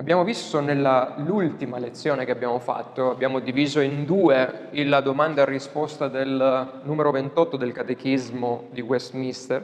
Abbiamo visto nell'ultima lezione che abbiamo fatto, abbiamo diviso in due la domanda e risposta del numero 28 del Catechismo di Westminster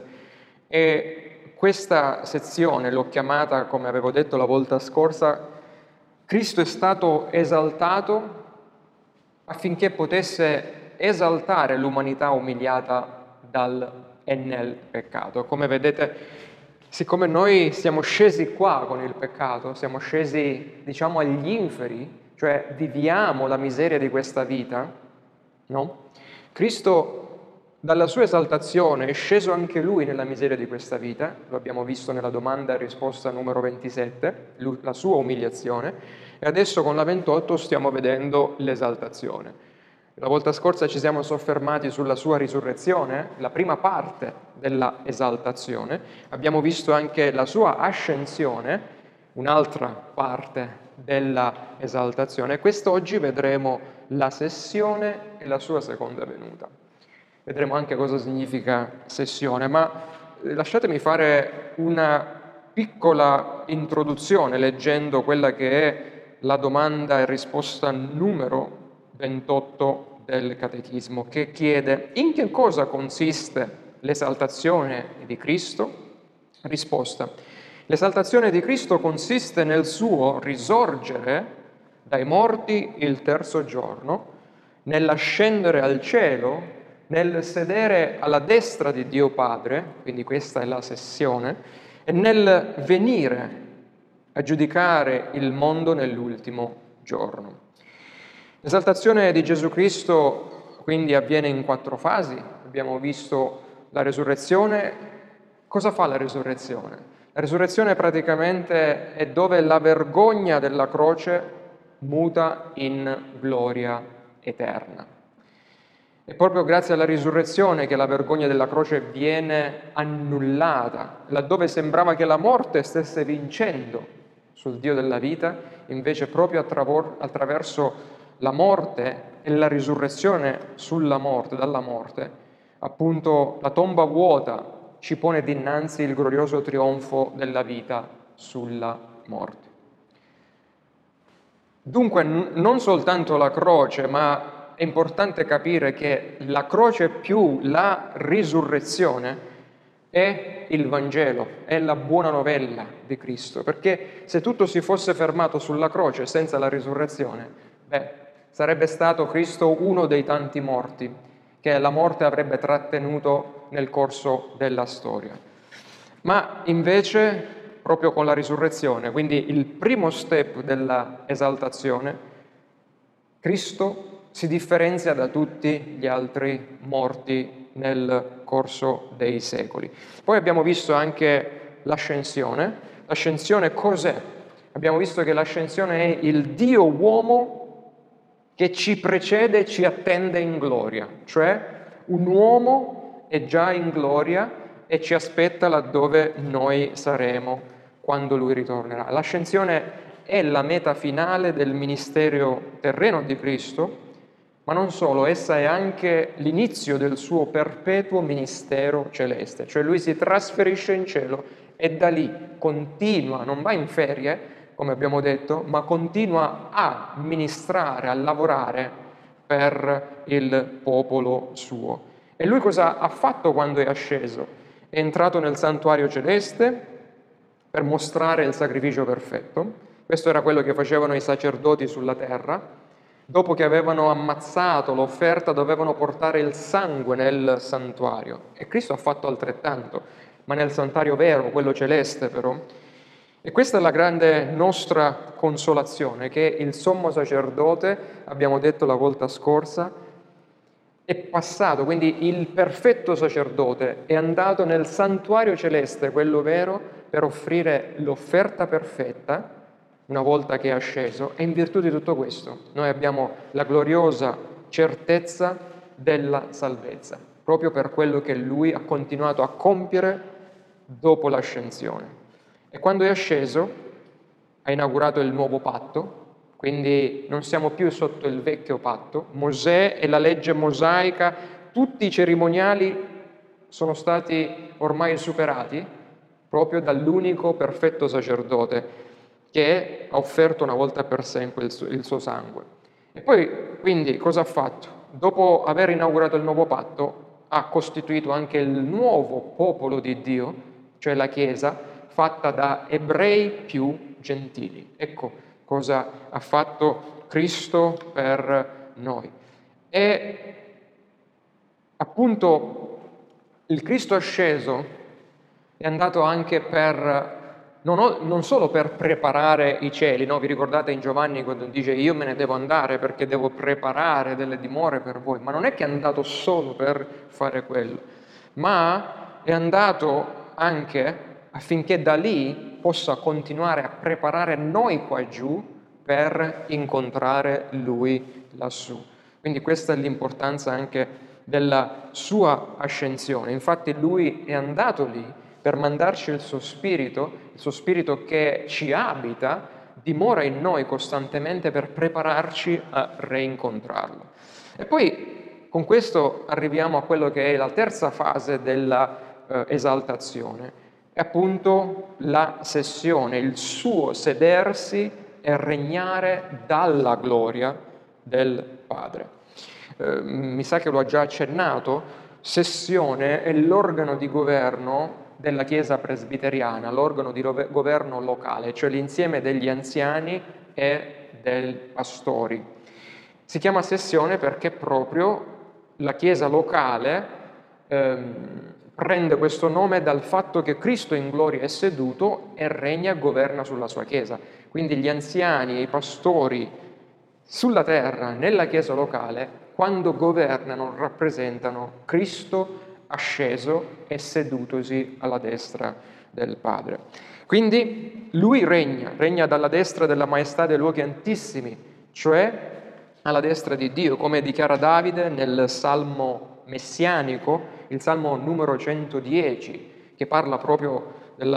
e questa sezione l'ho chiamata, come avevo detto la volta scorsa, Cristo è stato esaltato affinché potesse esaltare l'umanità umiliata dal e nel peccato. Come vedete, siccome noi siamo scesi qua con il peccato, siamo scesi, diciamo, agli inferi, cioè viviamo la miseria di questa vita, no? Cristo, dalla sua esaltazione, è sceso anche Lui nella miseria di questa vita, lo abbiamo visto nella domanda e risposta numero 27, la sua umiliazione, e adesso con la 28 stiamo vedendo l'esaltazione. La volta scorsa ci siamo soffermati sulla sua risurrezione, la prima parte della esaltazione. Abbiamo visto anche la sua ascensione, un'altra parte della esaltazione. Quest'oggi vedremo la sessione e la sua seconda venuta. Vedremo anche cosa significa sessione, ma lasciatemi fare una piccola introduzione leggendo quella che è la domanda e risposta numero 28 del Catechismo, che chiede: in che cosa consiste l'esaltazione di Cristo? Risposta: l'esaltazione di Cristo consiste nel suo risorgere dai morti il terzo giorno, nell'ascendere al cielo, nel sedere alla destra di Dio Padre, quindi questa è la sessione, e nel venire a giudicare il mondo nell'ultimo giorno. L'esaltazione di Gesù Cristo quindi avviene in 4 fasi. Abbiamo visto la resurrezione. Cosa fa la resurrezione? La resurrezione praticamente è dove la vergogna della croce muta in gloria eterna. È proprio grazie alla risurrezione che la vergogna della croce viene annullata. Laddove sembrava che la morte stesse vincendo sul Dio della vita, invece proprio attraverso la morte e la risurrezione sulla morte, dalla morte, appunto la tomba vuota ci pone dinanzi il glorioso trionfo della vita sulla morte. Dunque non soltanto la croce, ma è importante capire che la croce più la risurrezione è il Vangelo, è la buona novella di Cristo, perché se tutto si fosse fermato sulla croce senza la risurrezione, sarebbe stato Cristo uno dei tanti morti che la morte avrebbe trattenuto nel corso della storia. Ma invece, proprio con la risurrezione, quindi il primo step della esaltazione, Cristo si differenzia da tutti gli altri morti nel corso dei secoli. Poi abbiamo visto anche l'ascensione. L'ascensione cos'è? Abbiamo visto che l'ascensione è il Dio uomo che ci precede e ci attende in gloria, cioè un uomo è già in gloria e ci aspetta laddove noi saremo quando Lui ritornerà. L'ascensione è la meta finale del ministero terreno di Cristo, ma non solo, essa è anche l'inizio del suo perpetuo ministero celeste, cioè Lui si trasferisce in cielo e da lì continua, non va in ferie, come abbiamo detto, ma continua a ministrare, a lavorare per il popolo suo. E Lui cosa ha fatto quando è asceso? È entrato nel santuario celeste per mostrare il sacrificio perfetto. Questo era quello che facevano i sacerdoti sulla terra. Dopo che avevano ammazzato l'offerta, dovevano portare il sangue nel santuario. E Cristo ha fatto altrettanto, ma nel santuario vero, quello celeste però. E questa è la grande nostra consolazione, che il sommo sacerdote, abbiamo detto la volta scorsa, è passato, quindi il perfetto sacerdote è andato nel santuario celeste, quello vero, per offrire l'offerta perfetta, una volta che è asceso, e in virtù di tutto questo noi abbiamo la gloriosa certezza della salvezza, proprio per quello che Lui ha continuato a compiere dopo l'ascensione. E quando è asceso ha inaugurato il nuovo patto, quindi non siamo più sotto il vecchio patto. Mosè e la legge mosaica, tutti i cerimoniali sono stati ormai superati proprio dall'unico perfetto sacerdote che ha offerto una volta per sempre il suo sangue. E poi, quindi, cosa ha fatto? Dopo aver inaugurato il nuovo patto, ha costituito anche il nuovo popolo di Dio, cioè la Chiesa, fatta da ebrei più gentili. Ecco cosa ha fatto Cristo per noi. E appunto il Cristo asceso è andato anche non solo per preparare i cieli, no? Vi ricordate in Giovanni quando dice io me ne devo andare perché devo preparare delle dimore per voi, ma non è che è andato solo per fare quello, ma è andato anche affinché da lì possa continuare a preparare noi qua giù per incontrare Lui lassù. Quindi questa è l'importanza anche della sua ascensione. Infatti Lui è andato lì per mandarci il suo spirito che ci abita, dimora in noi costantemente per prepararci a reincontrarlo. E poi con questo arriviamo a quello che è la terza fase della esaltazione, è appunto la sessione, il suo sedersi e regnare dalla gloria del Padre. Mi sa che lo ha già accennato, sessione è l'organo di governo della Chiesa presbiteriana, l'organo di governo locale, cioè l'insieme degli anziani e dei pastori. Si chiama sessione perché proprio la Chiesa locale prende questo nome dal fatto che Cristo in gloria è seduto e regna e governa sulla sua Chiesa. Quindi gli anziani e i pastori sulla terra, nella Chiesa locale, quando governano, rappresentano Cristo asceso e sedutosi alla destra del Padre. Quindi lui regna dalla destra della maestà dei luoghi altissimi, cioè alla destra di Dio, come dichiara Davide nel Salmo messianico, il Salmo numero 110, che parla proprio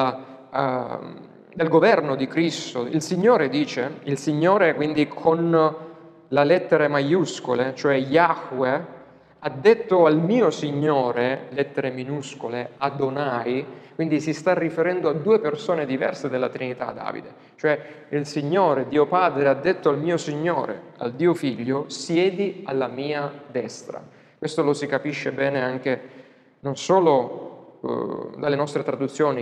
del governo di Cristo. Il Signore dice, il Signore quindi con la lettere maiuscole, cioè Yahweh, ha detto al mio Signore, lettere minuscole, Adonai, quindi si sta riferendo a due persone diverse della Trinità Davide. Cioè il Signore, Dio Padre, ha detto al mio Signore, al Dio Figlio, siedi alla mia destra. Questo lo si capisce bene anche non solo dalle nostre traduzioni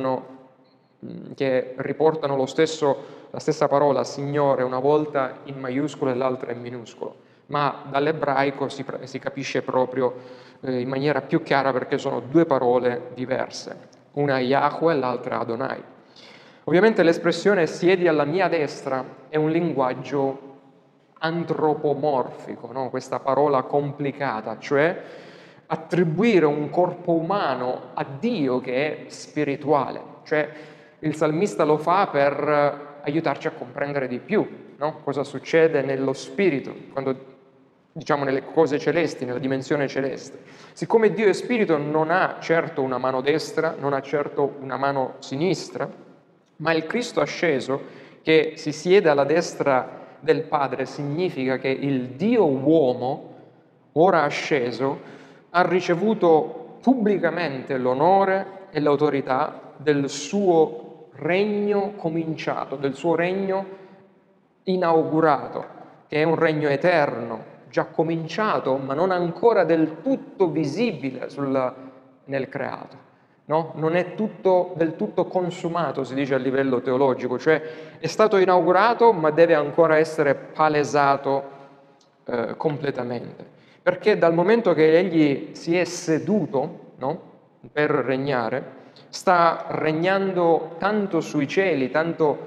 che riportano la stessa parola Signore una volta in maiuscolo e l'altra in minuscolo, ma dall'ebraico si capisce proprio in maniera più chiara perché sono due parole diverse, una Yahweh e l'altra Adonai. Ovviamente l'espressione siedi alla mia destra è un linguaggio antropomorfico, no? Questa parola complicata, cioè attribuire un corpo umano a Dio che è spirituale, cioè il salmista lo fa per aiutarci a comprendere di più, no? Cosa succede nello spirito, quando diciamo nelle cose celesti, nella dimensione celeste. Siccome Dio è spirito non ha certo una mano destra, non ha certo una mano sinistra, ma il Cristo asceso che si siede alla destra del Padre significa che il Dio uomo, ora asceso, ha ricevuto pubblicamente l'onore e l'autorità del suo regno cominciato, del suo regno inaugurato, che è un regno eterno, già cominciato, ma non ancora del tutto visibile nel creato. No? Non è del tutto consumato, si dice a livello teologico, cioè è stato inaugurato ma deve ancora essere palesato completamente. Perché dal momento che egli si è seduto, no? Per regnare, sta regnando tanto sui cieli, tanto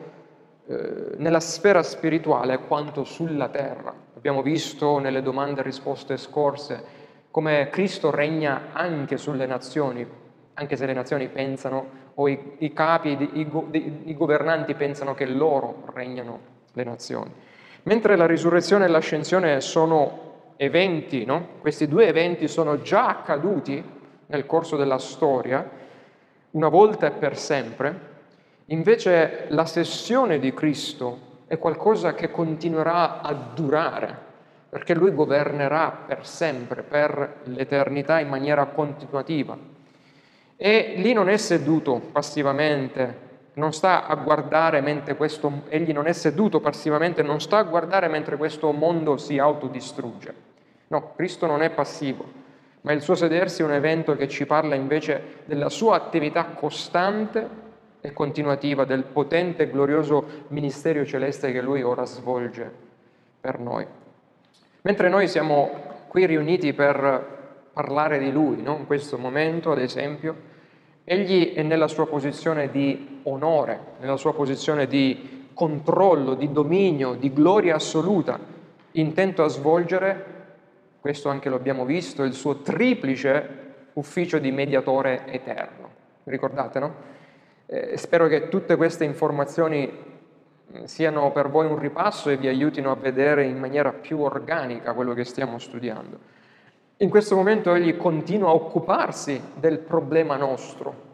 nella sfera spirituale quanto sulla terra. Abbiamo visto nelle domande e risposte scorse come Cristo regna anche sulle nazioni, anche se le nazioni pensano, o i capi, i governanti pensano che loro regnano le nazioni. Mentre la risurrezione e l'ascensione sono eventi, no? Questi due eventi sono già accaduti nel corso della storia, una volta e per sempre, invece la sessione di Cristo è qualcosa che continuerà a durare, perché Lui governerà per sempre, per l'eternità in maniera continuativa. E lì non è seduto passivamente non sta a guardare mentre egli non è seduto passivamente, non sta a guardare mentre questo mondo si autodistrugge. No, Cristo non è passivo, ma il suo sedersi è un evento che ci parla invece della sua attività costante e continuativa, del potente e glorioso ministero celeste che lui ora svolge per noi. Mentre noi siamo qui riuniti per parlare di lui, no? In questo momento, ad esempio, egli è nella sua posizione di onore, nella sua posizione di controllo, di dominio, di gloria assoluta, intento a svolgere, questo anche lo abbiamo visto, il suo triplice ufficio di mediatore eterno. Ricordate, no? Spero che tutte queste informazioni siano per voi un ripasso e vi aiutino a vedere in maniera più organica quello che stiamo studiando. In questo momento egli continua a occuparsi del problema nostro,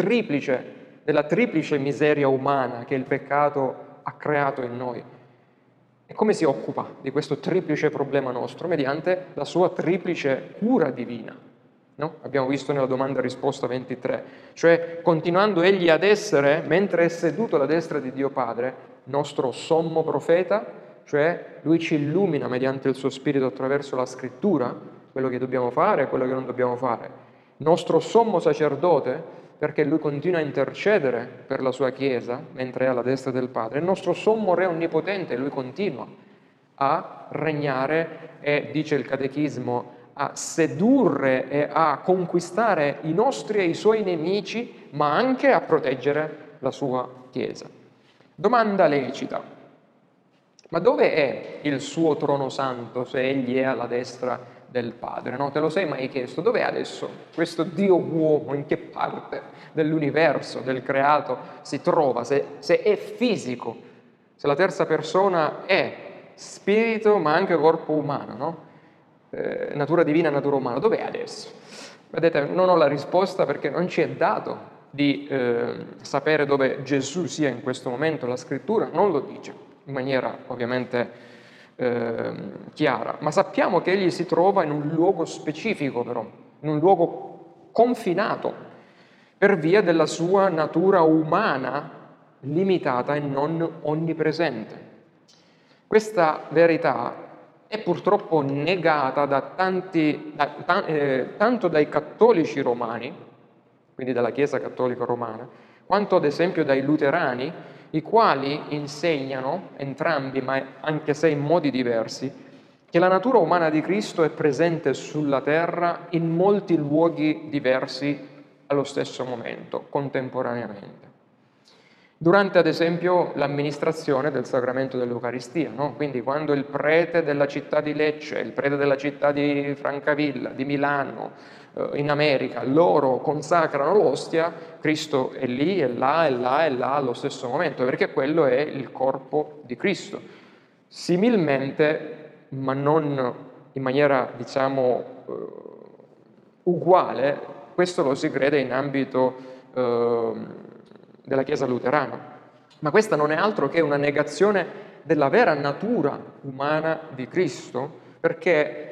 della triplice miseria umana che il peccato ha creato in noi. E come si occupa di questo triplice problema nostro? Mediante la sua triplice cura divina. No? Abbiamo visto nella domanda e risposta 23, cioè continuando egli ad essere, mentre è seduto alla destra di Dio Padre, nostro sommo profeta, cioè lui ci illumina mediante il suo spirito attraverso la scrittura, quello che dobbiamo fare e quello che non dobbiamo fare. Nostro sommo sacerdote, perché lui continua a intercedere per la sua Chiesa, mentre è alla destra del Padre. Il nostro sommo Re onnipotente, lui continua a regnare e, dice il Catechismo, a sedurre e a conquistare i nostri e i suoi nemici, ma anche a proteggere la sua Chiesa. Domanda lecita: ma dove è il suo trono santo se egli è alla destra del Padre? No? Te lo sei mai chiesto? Dov'è adesso questo Dio uomo? In che parte dell'universo, del creato si trova? Se è fisico, se la terza persona è spirito ma anche corpo umano, no? Natura divina, natura umana, dov'è adesso? Vedete, non ho la risposta perché non ci è dato di sapere dove Gesù sia in questo momento, la scrittura non lo dice in maniera ovviamente chiara, ma sappiamo che egli si trova in un luogo specifico però, in un luogo confinato per via della sua natura umana limitata e non onnipresente. Questa verità è purtroppo negata da tanto dai cattolici romani, quindi dalla Chiesa cattolica romana, quanto ad esempio dai luterani, i quali insegnano, entrambi, ma anche se in modi diversi, che la natura umana di Cristo è presente sulla terra in molti luoghi diversi allo stesso momento, contemporaneamente. Durante, ad esempio, l'amministrazione del sacramento dell'Eucaristia, no? Quindi quando il prete della città di Lecce, il prete della città di Francavilla, di Milano, in America, loro consacrano l'ostia, Cristo è lì, è là, è là, è là allo stesso momento, perché quello è il corpo di Cristo. Similmente, ma non in maniera, diciamo, uguale, questo lo si crede in ambito della Chiesa luterana. Ma questa non è altro che una negazione della vera natura umana di Cristo, perché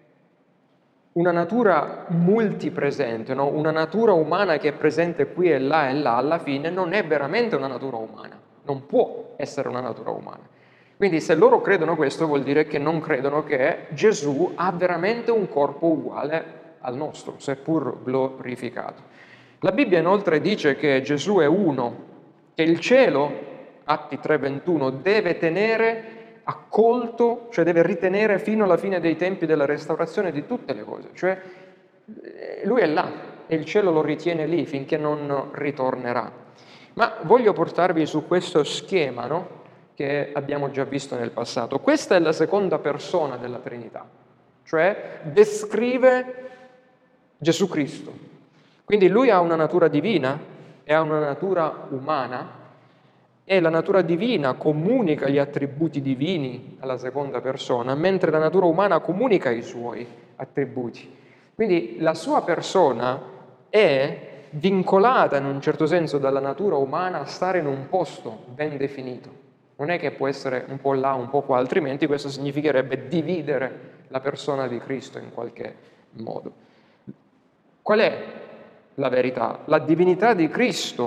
una natura multipresente, no? Una natura umana che è presente qui e là, alla fine non è veramente una natura umana, non può essere una natura umana. Quindi se loro credono questo vuol dire che non credono che Gesù ha veramente un corpo uguale al nostro, seppur glorificato. La Bibbia inoltre dice che Gesù è uno, che il cielo, Atti 3:21, deve tenere accolto, cioè deve ritenere fino alla fine dei tempi della restaurazione di tutte le cose, cioè lui è là e il cielo lo ritiene lì finché non ritornerà. Ma voglio portarvi su questo schema, no? Che abbiamo già visto nel passato. Questa è la seconda persona della Trinità, cioè descrive Gesù Cristo. Quindi lui ha una natura divina e ha una natura umana, e la natura divina comunica gli attributi divini alla seconda persona, mentre la natura umana comunica i suoi attributi. Quindi la sua persona è vincolata in un certo senso dalla natura umana a stare in un posto ben definito. Non è che può essere un po' là, un po' qua, altrimenti questo significherebbe dividere la persona di Cristo in qualche modo. Qual è la verità? La divinità di Cristo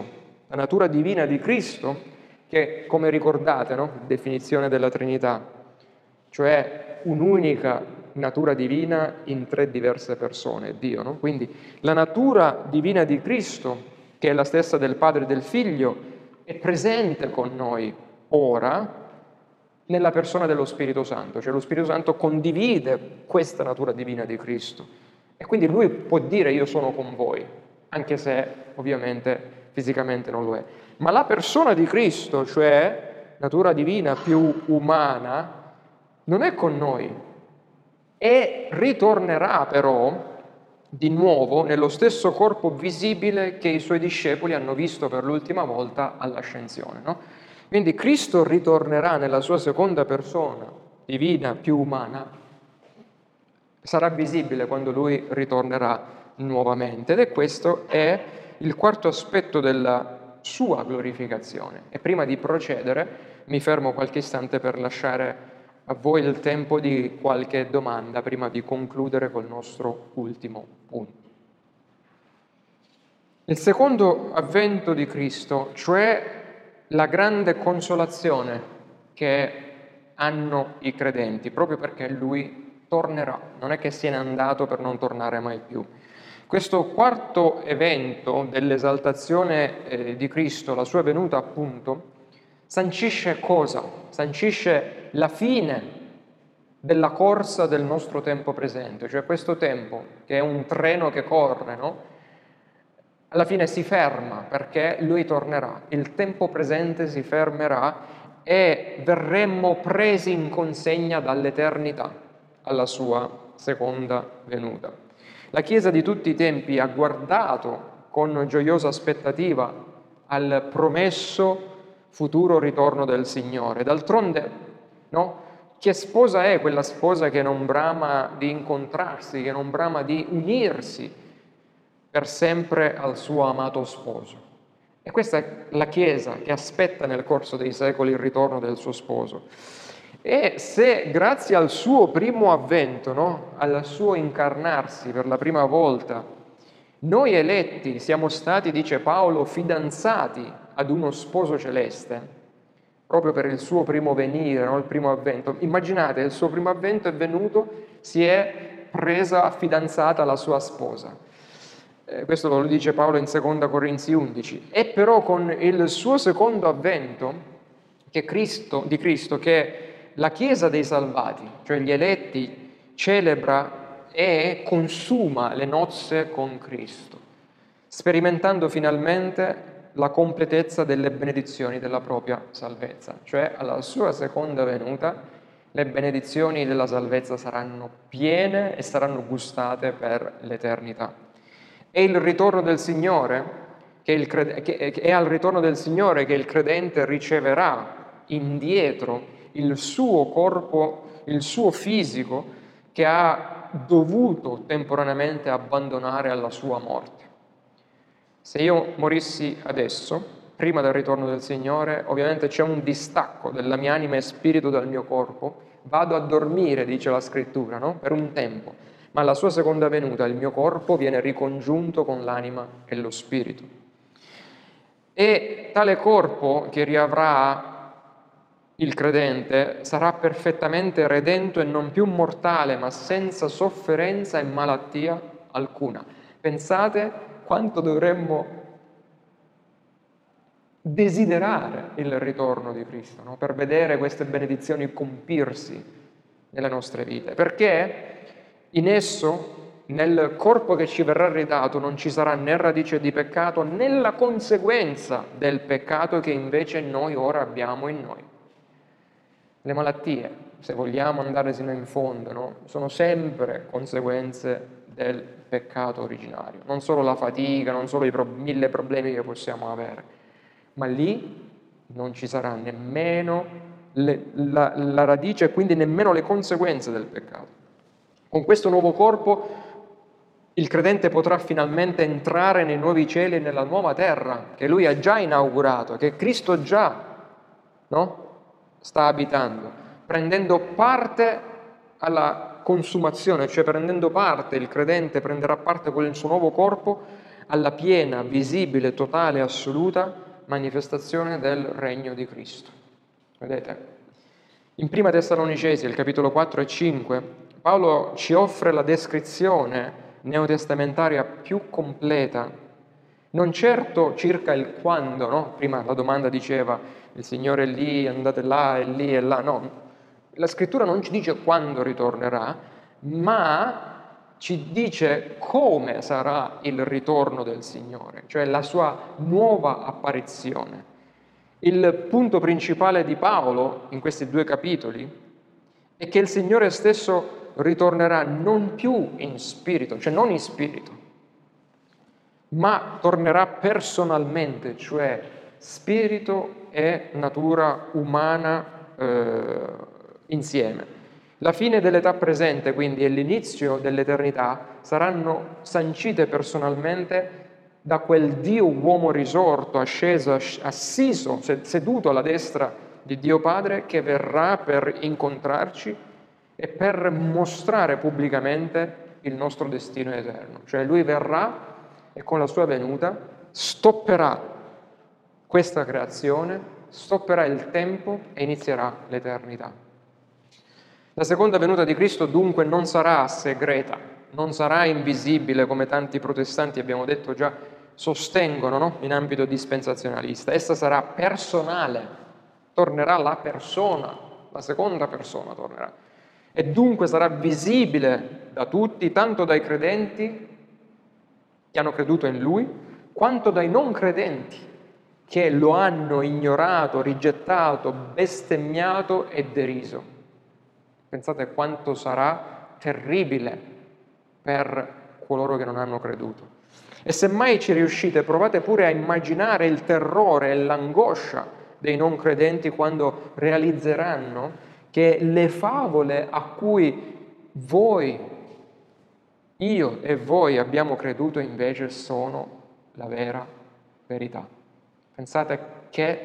la natura divina di Cristo, che come ricordate, no? Definizione della Trinità, cioè un'unica natura divina in tre diverse persone, Dio, no? Quindi la natura divina di Cristo, che è la stessa del Padre e del Figlio, è presente con noi ora nella persona dello Spirito Santo, cioè lo Spirito Santo condivide questa natura divina di Cristo e quindi lui può dire io sono con voi, anche se ovviamente fisicamente non lo è. Ma la persona di Cristo, cioè natura divina più umana, non è con noi e ritornerà però di nuovo nello stesso corpo visibile che i suoi discepoli hanno visto per l'ultima volta all'ascensione, no? Quindi Cristo ritornerà nella sua seconda persona, divina, più umana, sarà visibile quando lui ritornerà nuovamente ed è questo è il quarto aspetto della sua glorificazione. E prima di procedere mi fermo qualche istante per lasciare a voi il tempo di qualche domanda prima di concludere col nostro ultimo punto. Il secondo avvento di Cristo, cioè la grande consolazione che hanno i credenti, proprio perché Lui tornerà, non è che se n'è andato per non tornare mai più. Questo quarto evento dell'esaltazione di Cristo, la sua venuta appunto, sancisce cosa? Sancisce la fine della corsa del nostro tempo presente, cioè questo tempo che è un treno che corre, no? Alla fine si ferma perché lui tornerà, il tempo presente si fermerà e verremmo presi in consegna dall'eternità alla sua seconda venuta. La Chiesa di tutti i tempi ha guardato con gioiosa aspettativa al promesso futuro ritorno del Signore. D'altronde, no? Che sposa è quella sposa che non brama di incontrarsi, che non brama di unirsi per sempre al suo amato sposo? E questa è la Chiesa che aspetta nel corso dei secoli il ritorno del suo sposo. E se grazie al suo primo avvento, no? Al suo incarnarsi per la prima volta, noi eletti siamo stati, dice Paolo, fidanzati ad uno sposo celeste, proprio per il suo primo venire, no? Il primo avvento. Immaginate, il suo primo avvento è venuto, si è presa fidanzata alla sua sposa. Questo lo dice Paolo in 2 Corinzi 11. E però con il suo secondo avvento, di Cristo, che la Chiesa dei salvati, cioè gli eletti, celebra e consuma le nozze con Cristo, sperimentando finalmente la completezza delle benedizioni della propria salvezza, cioè alla sua seconda venuta le benedizioni della salvezza saranno piene e saranno gustate per l'eternità. È il ritorno del Signore è al ritorno del Signore che il credente riceverà indietro il suo corpo, il suo fisico che ha dovuto temporaneamente abbandonare alla sua morte. Se io morissi adesso, prima del ritorno del Signore, ovviamente c'è un distacco della mia anima e spirito dal mio corpo, vado a dormire, dice la Scrittura, no? Per un tempo, ma alla sua seconda venuta il mio corpo viene ricongiunto con l'anima e lo spirito. E tale corpo che riavrà il credente sarà perfettamente redento e non più mortale, ma senza sofferenza e malattia alcuna. Pensate quanto dovremmo desiderare il ritorno di Cristo, no? Per vedere queste benedizioni compirsi nelle nostre vite, perché in esso, nel corpo che ci verrà ridato, non ci sarà né radice di peccato né la conseguenza del peccato che invece noi ora abbiamo in noi. Le malattie, se vogliamo andare sino in fondo, no? Sono sempre conseguenze del peccato originario, non solo la fatica, non solo i 1000 problemi che possiamo avere, ma lì non ci sarà nemmeno la radice e quindi nemmeno le conseguenze del peccato. Con questo nuovo corpo il credente potrà finalmente entrare nei nuovi cieli e nella nuova terra che lui ha già inaugurato, che Cristo già, no? Sta abitando, prendendo parte alla consumazione, cioè prendendo parte, il credente prenderà parte con il suo nuovo corpo alla piena, visibile, totale, assoluta manifestazione del regno di Cristo. Vedete? In Prima Tessalonicesi, il capitolo 4 e 5, Paolo ci offre la descrizione neotestamentaria più completa, non certo circa il quando, no? Prima la domanda diceva il Signore è lì, andate là e lì e là, no. La scrittura non ci dice quando ritornerà, ma ci dice come sarà il ritorno del Signore, cioè la sua nuova apparizione. Il punto principale di Paolo in questi 2 capitoli è che il Signore stesso ritornerà non più in spirito, cioè non in spirito, ma tornerà personalmente, cioè spirito e natura umana insieme. La fine dell'età presente, quindi, e l'inizio dell'eternità saranno sancite personalmente da quel Dio uomo risorto, asceso, assiso, seduto alla destra di Dio Padre, che verrà per incontrarci e per mostrare pubblicamente il nostro destino eterno. Cioè Lui verrà e con la sua venuta stopperà questa creazione, stopperà il tempo e inizierà l'eternità. La seconda venuta di Cristo dunque non sarà segreta, non sarà invisibile come tanti protestanti, abbiamo detto già, sostengono, no? In ambito dispensazionalista. Essa sarà personale, tornerà la persona, la seconda persona tornerà. E dunque sarà visibile da tutti, tanto dai credenti che hanno creduto in Lui, quanto dai non credenti che lo hanno ignorato, rigettato, bestemmiato e deriso. Pensate quanto sarà terribile per coloro che non hanno creduto. E se mai ci riuscite, provate pure a immaginare il terrore e l'angoscia dei non credenti quando realizzeranno che le favole a cui io e voi abbiamo creduto invece sono la vera verità. Pensate che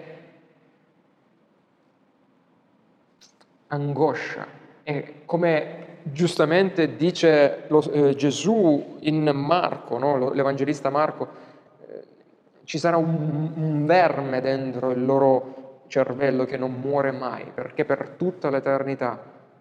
angoscia. E come giustamente dice Gesù in Marco, no? L'Evangelista Marco, ci sarà un verme dentro il loro cervello che non muore mai, perché per tutta l'eternità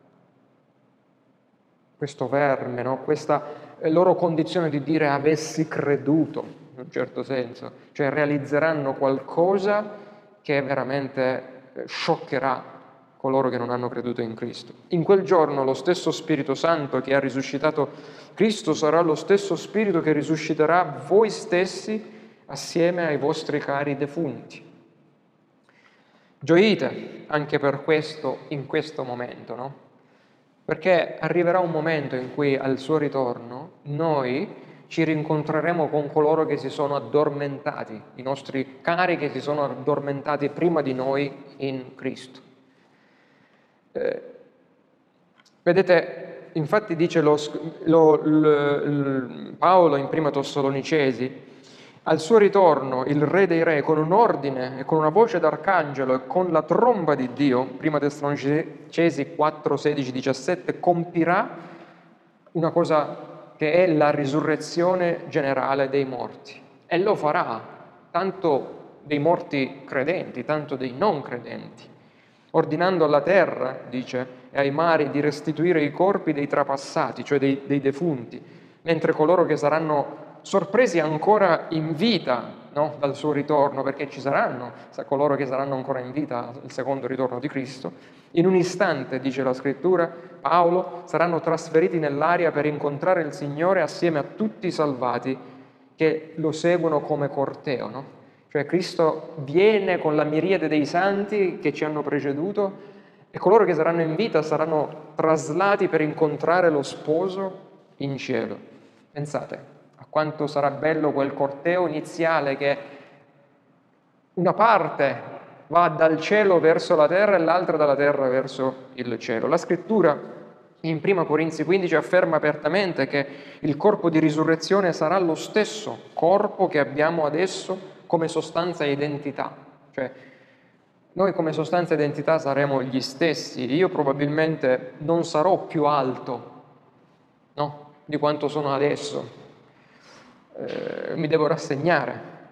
questo verme, no? Questa loro condizione di dire avessi creduto, in un certo senso, cioè realizzeranno qualcosa che veramente scioccherà coloro che non hanno creduto in Cristo. In quel giorno lo stesso Spirito Santo che ha risuscitato Cristo sarà lo stesso Spirito che risusciterà voi stessi assieme ai vostri cari defunti. Gioite anche per questo in questo momento, no? Perché arriverà un momento in cui al suo ritorno noi ci rincontreremo con coloro che si sono addormentati, i nostri cari che si sono addormentati prima di noi in Cristo. Vedete, infatti dice Paolo in Prima Tessalonicesi, al suo ritorno il Re dei Re con un ordine e con una voce d'arcangelo e con la tromba di Dio, Prima Tessalonicesi 4, 16, 17, compirà una cosa che è la risurrezione generale dei morti. E lo farà tanto dei morti credenti, tanto dei non credenti, ordinando alla terra, dice, e ai mari di restituire i corpi dei trapassati, cioè dei defunti, mentre coloro che saranno sorpresi ancora in vita, no, dal suo ritorno, perché ci saranno coloro che saranno ancora in vita al secondo ritorno di Cristo, in un istante, dice la Scrittura, Paolo, saranno trasferiti nell'aria per incontrare il Signore assieme a tutti i salvati che lo seguono come corteo, no? Cioè Cristo viene con la miriade dei santi che ci hanno preceduto e coloro che saranno in vita saranno traslati per incontrare lo sposo in cielo. Pensate a quanto sarà bello quel corteo iniziale che una parte va dal cielo verso la terra e l'altra dalla terra verso il cielo. La Scrittura in 1 Corinzi 15 afferma apertamente che il corpo di risurrezione sarà lo stesso corpo che abbiamo adesso come sostanza e identità, cioè noi come sostanza e identità saremo gli stessi. Io probabilmente non sarò più alto, no, di quanto sono adesso, mi devo rassegnare,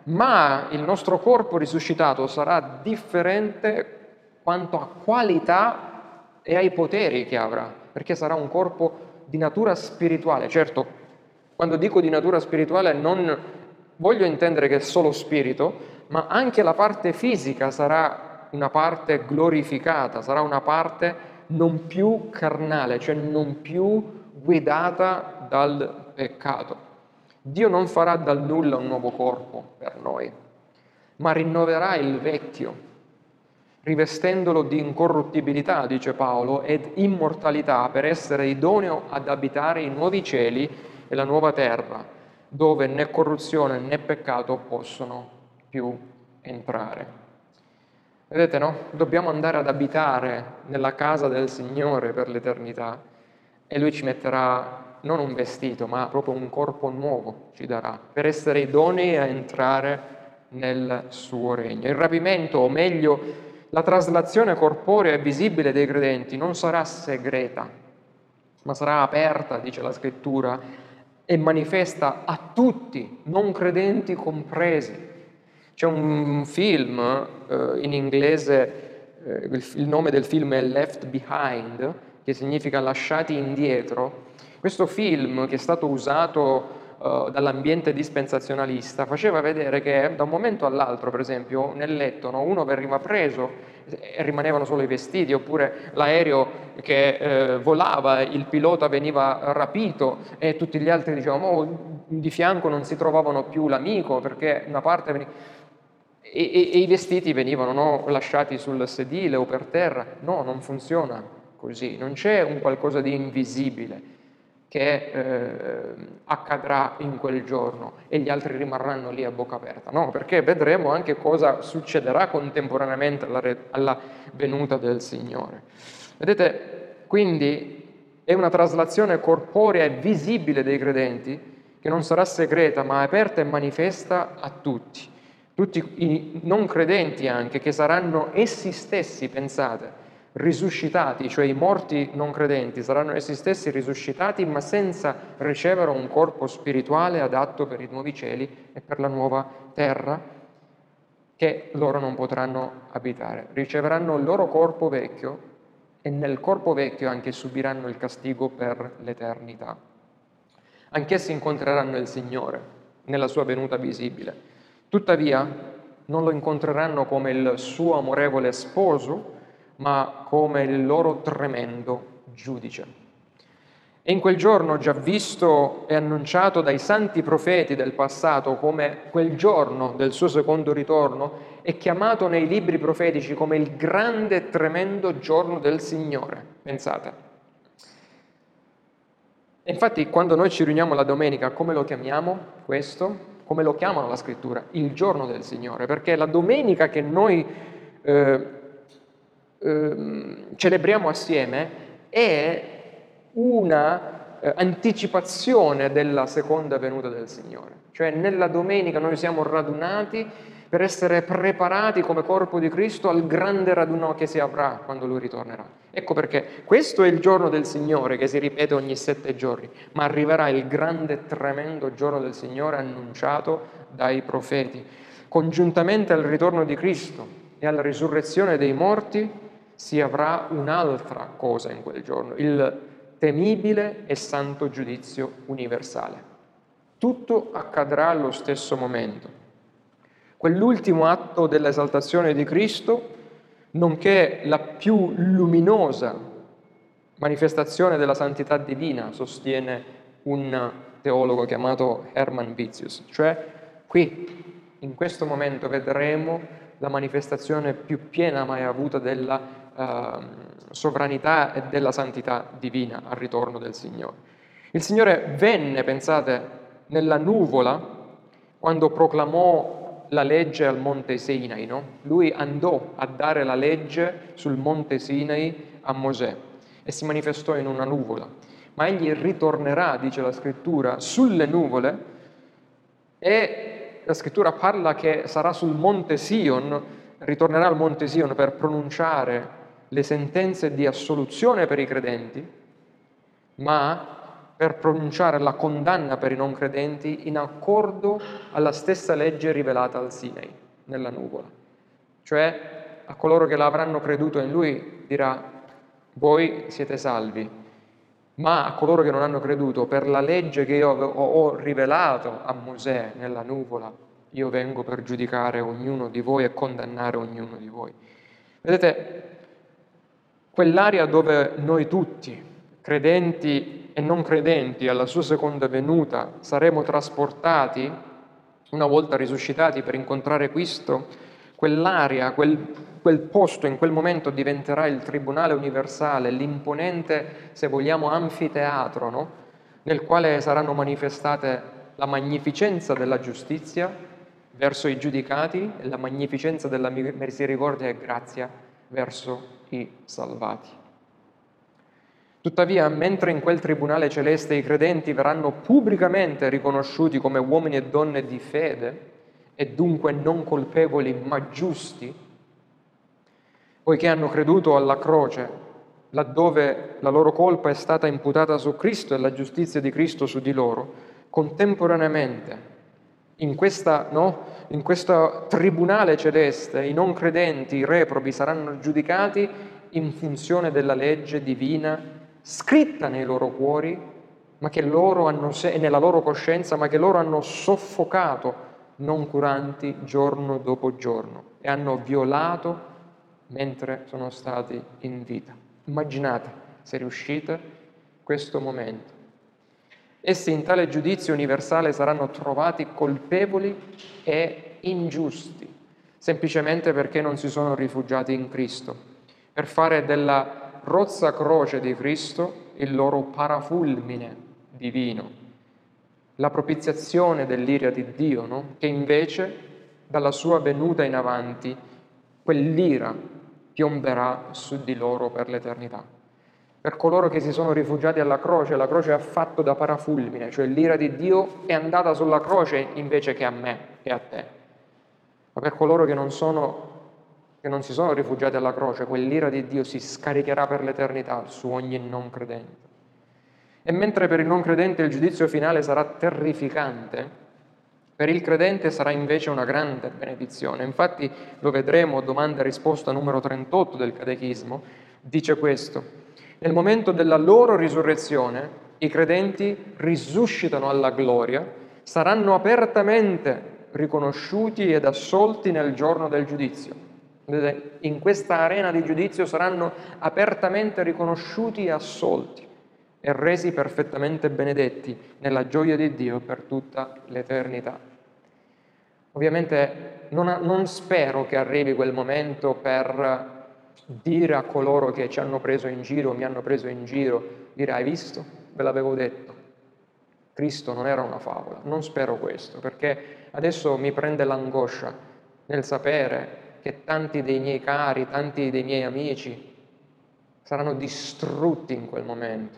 ma il nostro corpo risuscitato sarà differente quanto a qualità e ai poteri che avrà, perché sarà un corpo di natura spirituale. Certo, quando dico di natura spirituale non voglio intendere che è solo spirito, ma anche la parte fisica sarà una parte glorificata, sarà una parte non più carnale, cioè non più guidata dal peccato. Dio non farà dal nulla un nuovo corpo per noi, ma rinnoverà il vecchio, rivestendolo di incorruttibilità, dice Paolo, ed immortalità per essere idoneo ad abitare i nuovi cieli e la nuova terra, dove né corruzione né peccato possono più entrare. Vedete, no? Dobbiamo andare ad abitare nella casa del Signore per l'eternità e Lui ci metterà non un vestito, ma proprio un corpo nuovo ci darà, per essere idonei a entrare nel suo regno. Il rapimento, o meglio, la traslazione corporea e visibile dei credenti non sarà segreta, ma sarà aperta, dice la Scrittura, e manifesta a tutti, non credenti compresi. C'è un film in inglese, il nome del film è Left Behind, che significa lasciati indietro. Questo film, che è stato usato dall'ambiente dispensazionalista, faceva vedere che da un momento all'altro, per esempio, nel letto, no, uno veniva preso e rimanevano solo i vestiti, oppure l'aereo che volava, il pilota veniva rapito e tutti gli altri dicevano oh, di fianco non si trovavano più l'amico perché una parte veniva... E i vestiti venivano no, lasciati sul sedile o per terra. No, non funziona così, non c'è un qualcosa di invisibile che accadrà in quel giorno e gli altri rimarranno lì a bocca aperta. No, perché vedremo anche cosa succederà contemporaneamente alla venuta del Signore. Vedete, quindi è una traslazione corporea e visibile dei credenti che non sarà segreta ma aperta e manifesta a tutti. Tutti i non credenti anche, che saranno essi stessi, pensate, risuscitati, cioè i morti non credenti, saranno essi stessi risuscitati, ma senza ricevere un corpo spirituale adatto per i nuovi cieli e per la nuova terra che loro non potranno abitare. Riceveranno il loro corpo vecchio e nel corpo vecchio anche subiranno il castigo per l'eternità. Anch'essi incontreranno il Signore nella sua venuta visibile. Tuttavia non lo incontreranno come il suo amorevole sposo, ma come il loro tremendo giudice. E in quel giorno, già visto e annunciato dai santi profeti del passato come quel giorno del suo secondo ritorno, è chiamato nei libri profetici come il grande e tremendo giorno del Signore. Pensate. E infatti quando noi ci riuniamo la domenica, come lo chiamiamo questo? Come lo chiamano la Scrittura? Il giorno del Signore, perché la domenica che noi celebriamo assieme è una anticipazione della seconda venuta del Signore. Cioè nella domenica noi siamo radunati per essere preparati come corpo di Cristo al grande raduno che si avrà quando Lui ritornerà. Ecco perché questo è il giorno del Signore che si ripete ogni 7 giorni, ma arriverà il grande e tremendo giorno del Signore annunciato dai profeti. Congiuntamente al ritorno di Cristo e alla risurrezione dei morti si avrà un'altra cosa in quel giorno, il temibile e santo giudizio universale. Tutto accadrà allo stesso momento. Quell'ultimo atto dell'esaltazione di Cristo, nonché la più luminosa manifestazione della santità divina, sostiene un teologo chiamato Hermann Witsius, cioè qui, in questo momento, vedremo la manifestazione più piena mai avuta della sovranità e della santità divina al ritorno del Signore. Il Signore venne, pensate, nella nuvola quando proclamò la legge al monte Sinai, no? Lui andò a dare la legge sul monte Sinai a Mosè e si manifestò in una nuvola. Ma egli ritornerà, dice la Scrittura, sulle nuvole e la Scrittura parla che sarà sul monte Sion, ritornerà al monte Sion per pronunciare le sentenze di assoluzione per i credenti, ma per pronunciare la condanna per i non credenti in accordo alla stessa legge rivelata al Sinai, nella nuvola. Cioè, a coloro che l'avranno creduto in lui dirà: voi siete salvi, ma a coloro che non hanno creduto, per la legge che io ho rivelato a Mosè nella nuvola, io vengo per giudicare ognuno di voi e condannare ognuno di voi. Vedete, quell'area dove noi tutti, credenti e non credenti, alla sua seconda venuta saremo trasportati, una volta risuscitati per incontrare Cristo, quell'area, quel posto in quel momento diventerà il tribunale universale, l'imponente, se vogliamo, anfiteatro, no? Nel quale saranno manifestate la magnificenza della giustizia verso i giudicati e la magnificenza della misericordia e grazia verso i salvati. Tuttavia, mentre in quel tribunale celeste i credenti verranno pubblicamente riconosciuti come uomini e donne di fede e dunque non colpevoli ma giusti, poiché hanno creduto alla croce, laddove la loro colpa è stata imputata su Cristo e la giustizia di Cristo su di loro, contemporaneamente in questo tribunale celeste i non credenti, i reprobi saranno giudicati in funzione della legge divina scritta nei loro cuori, ma che loro e nella loro coscienza, ma che loro hanno soffocato non curanti giorno dopo giorno e hanno violato mentre sono stati in vita. Immaginate se riuscite questo momento. Essi in tale giudizio universale saranno trovati colpevoli e ingiusti, semplicemente perché non si sono rifugiati in Cristo, per fare della rozza croce di Cristo il loro parafulmine divino, la propiziazione dell'ira di Dio, no? Che invece dalla sua venuta in avanti quell'ira piomberà su di loro per l'eternità. Per coloro che si sono rifugiati alla croce, la croce ha fatto da parafulmine, cioè l'ira di Dio è andata sulla croce invece che a me e a te. Ma per coloro che non si sono rifugiati alla croce, quell'ira di Dio si scaricherà per l'eternità su ogni non credente. E mentre per il non credente il giudizio finale sarà terrificante, per il credente sarà invece una grande benedizione. Infatti lo vedremo, domanda e risposta numero 38 del Catechismo, dice questo: nel momento della loro risurrezione i credenti risuscitano alla gloria, saranno apertamente riconosciuti ed assolti nel giorno del giudizio. Vedete, in questa arena di giudizio saranno apertamente riconosciuti e assolti e resi perfettamente benedetti nella gioia di Dio per tutta l'eternità. Ovviamente non spero che arrivi quel momento per dire a coloro che ci hanno preso in giro, mi hanno preso in giro, dire: hai visto? Ve l'avevo detto. Cristo non era una favola. Non spero questo, perché adesso mi prende l'angoscia nel sapere che tanti dei miei cari, tanti dei miei amici saranno distrutti in quel momento.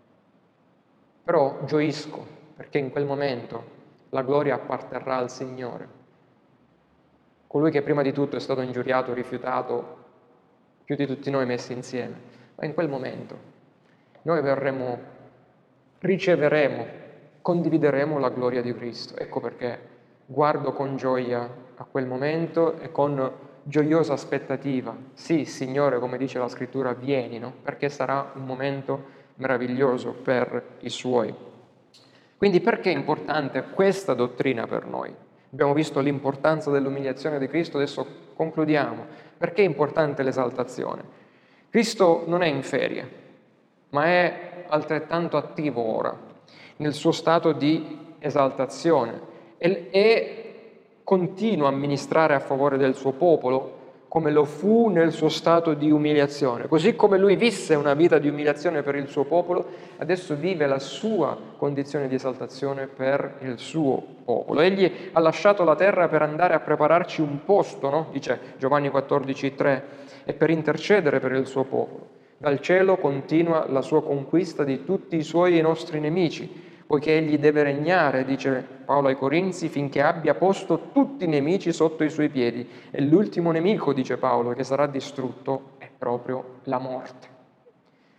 Però gioisco, perché in quel momento la gloria apparterrà al Signore. Colui che prima di tutto è stato ingiuriato, rifiutato, più di tutti noi messi insieme. Ma in quel momento noi riceveremo, condivideremo la gloria di Cristo. Ecco perché guardo con gioia a quel momento e con gioiosa aspettativa. Sì, Signore, come dice la Scrittura, vieni, no? Perché sarà un momento meraviglioso per i Suoi. Quindi perché è importante questa dottrina per noi? Abbiamo visto l'importanza dell'umiliazione di Cristo, adesso concludiamo. Perché è importante l'esaltazione? Cristo non è in ferie, ma è altrettanto attivo ora, nel suo stato di esaltazione e continua a ministrare a favore del suo popolo, come lo fu nel suo stato di umiliazione. Così come lui visse una vita di umiliazione per il suo popolo, adesso vive la sua condizione di esaltazione per il suo popolo. Egli ha lasciato la terra per andare a prepararci un posto, no? Dice Giovanni 14,3, e per intercedere per il suo popolo. Dal cielo continua la sua conquista di tutti i suoi e i nostri nemici, poiché egli deve regnare, dice Paolo ai Corinzi, finché abbia posto tutti i nemici sotto i suoi piedi. E l'ultimo nemico, dice Paolo, che sarà distrutto è proprio la morte.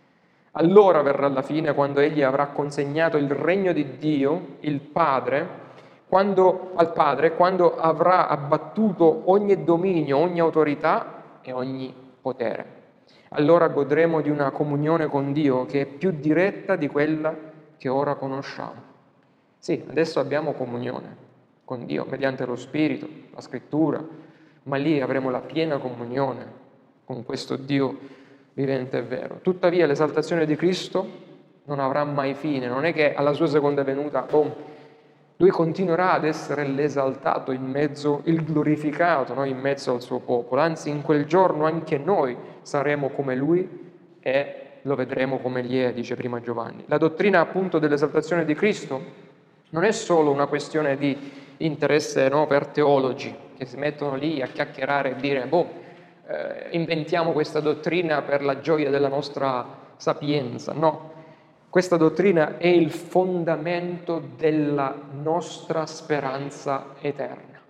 Allora verrà la fine, quando egli avrà consegnato il regno di Dio, il Padre, al Padre, quando avrà abbattuto ogni dominio, ogni autorità e ogni potere. Allora godremo di una comunione con Dio che è più diretta di quella che ora conosciamo. Sì, adesso abbiamo comunione con Dio mediante lo Spirito, la Scrittura, ma lì avremo la piena comunione con questo Dio vivente e vero. Tuttavia l'esaltazione di Cristo non avrà mai fine, non è che alla sua seconda venuta, lui continuerà ad essere l'esaltato in mezzo, il glorificato, no? In mezzo al suo popolo, anzi in quel giorno anche noi saremo come lui e lo vedremo come gli è, dice prima Giovanni. La dottrina appunto dell'esaltazione di Cristo non è solo una questione di interesse, no, per teologi che si mettono lì a chiacchierare e dire inventiamo questa dottrina per la gioia della nostra sapienza, no. Questa dottrina è il fondamento della nostra speranza eterna.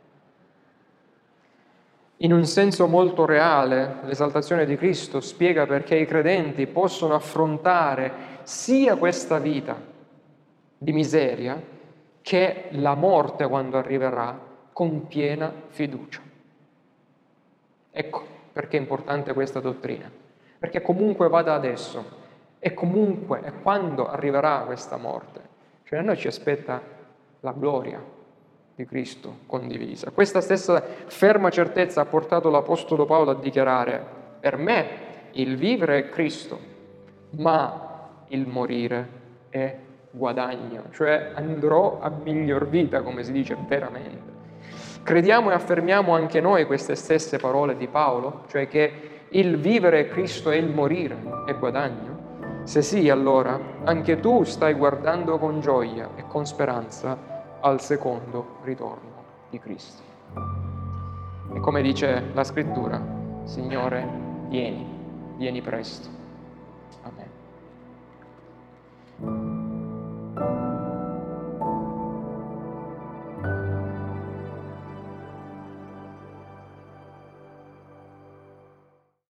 In un senso molto reale, l'esaltazione di Cristo spiega perché i credenti possono affrontare sia questa vita di miseria che la morte quando arriverà con piena fiducia. Ecco perché è importante questa dottrina, perché comunque vada adesso e comunque e quando arriverà questa morte, cioè a noi ci aspetta la gloria di Cristo condivisa. Questa stessa ferma certezza ha portato l'Apostolo Paolo a dichiarare: per me il vivere è Cristo, ma il morire è guadagno, cioè andrò a miglior vita, come si dice veramente. Crediamo e affermiamo anche noi queste stesse parole di Paolo, cioè che il vivere è Cristo e il morire è guadagno? Se sì, allora anche tu stai guardando con gioia e con speranza al secondo ritorno di Cristo. E come dice la Scrittura, Signore, vieni presto. Amen.